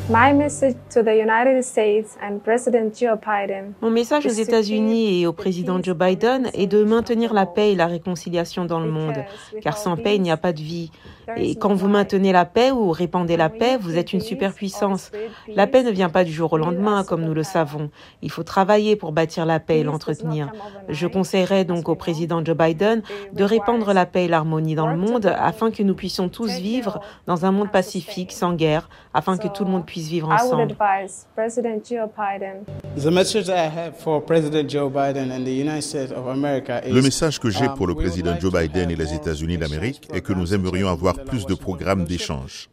My message to the United States and President Joe Biden. Mon message aux États-Unis et au président Joe Biden est de maintenir la paix et la réconciliation dans le monde, car sans paix, il n'y a pas de vie. Et quand vous maintenez la paix ou répandez la paix, vous êtes une superpuissance. La paix ne vient pas du jour au lendemain, comme nous le savons. Il faut travailler pour bâtir la paix et l'entretenir. Je conseillerais donc au président Joe Biden de répandre la paix et l'harmonie dans le monde afin que nous puissions tous vivre dans un monde pacifique, sans guerre, afin que tout le monde puisse vivre ensemble. Le message que j'ai pour le président Joe Biden et les États-Unis d'Amérique est que nous aimerions avoir plus de programmes d'échange.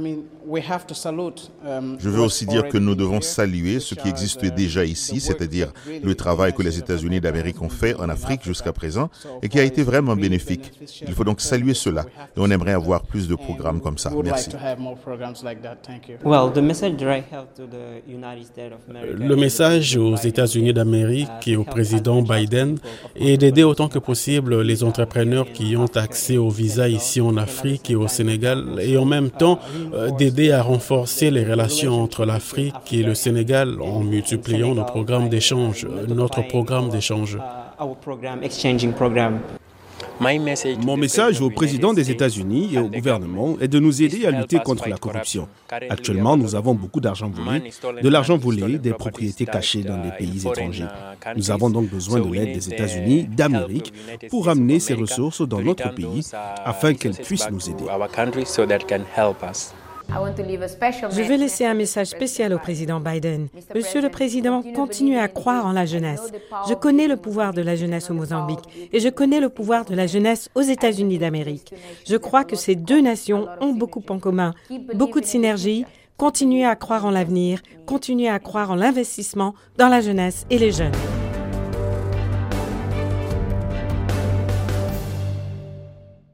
Je veux aussi dire que nous devons saluer ce qui existe déjà ici, c'est-à-dire le travail que les États-Unis d'Amérique ont fait en Afrique jusqu'à présent et qui a été vraiment bénéfique. Il faut donc saluer cela et on aimerait avoir plus de programmes comme ça. Merci. Le message aux États-Unis d'Amérique et au président Biden est d'aider autant que possible les entrepreneurs qui ont accès au visa ici en Afrique et au Sénégal et en même temps d'aider à renforcer les relations entre l'Afrique et le Sénégal en multipliant notre programme d'échange. Mon message au président des États-Unis et au gouvernement est de nous aider à lutter contre la corruption. Actuellement, nous avons beaucoup d'argent volé, des propriétés cachées dans des pays étrangers. Nous avons donc besoin de l'aide des États-Unis d'Amérique pour amener ces ressources dans notre pays afin qu'elles puissent nous aider. Je veux laisser un message spécial au président Biden. Monsieur le Président, continuez à croire en la jeunesse. Je connais le pouvoir de la jeunesse au Mozambique et je connais le pouvoir de la jeunesse aux États-Unis d'Amérique. Je crois que ces deux nations ont beaucoup en commun, beaucoup de synergie. Continuez à croire en l'avenir, continuez à croire en l'investissement dans la jeunesse et les jeunes.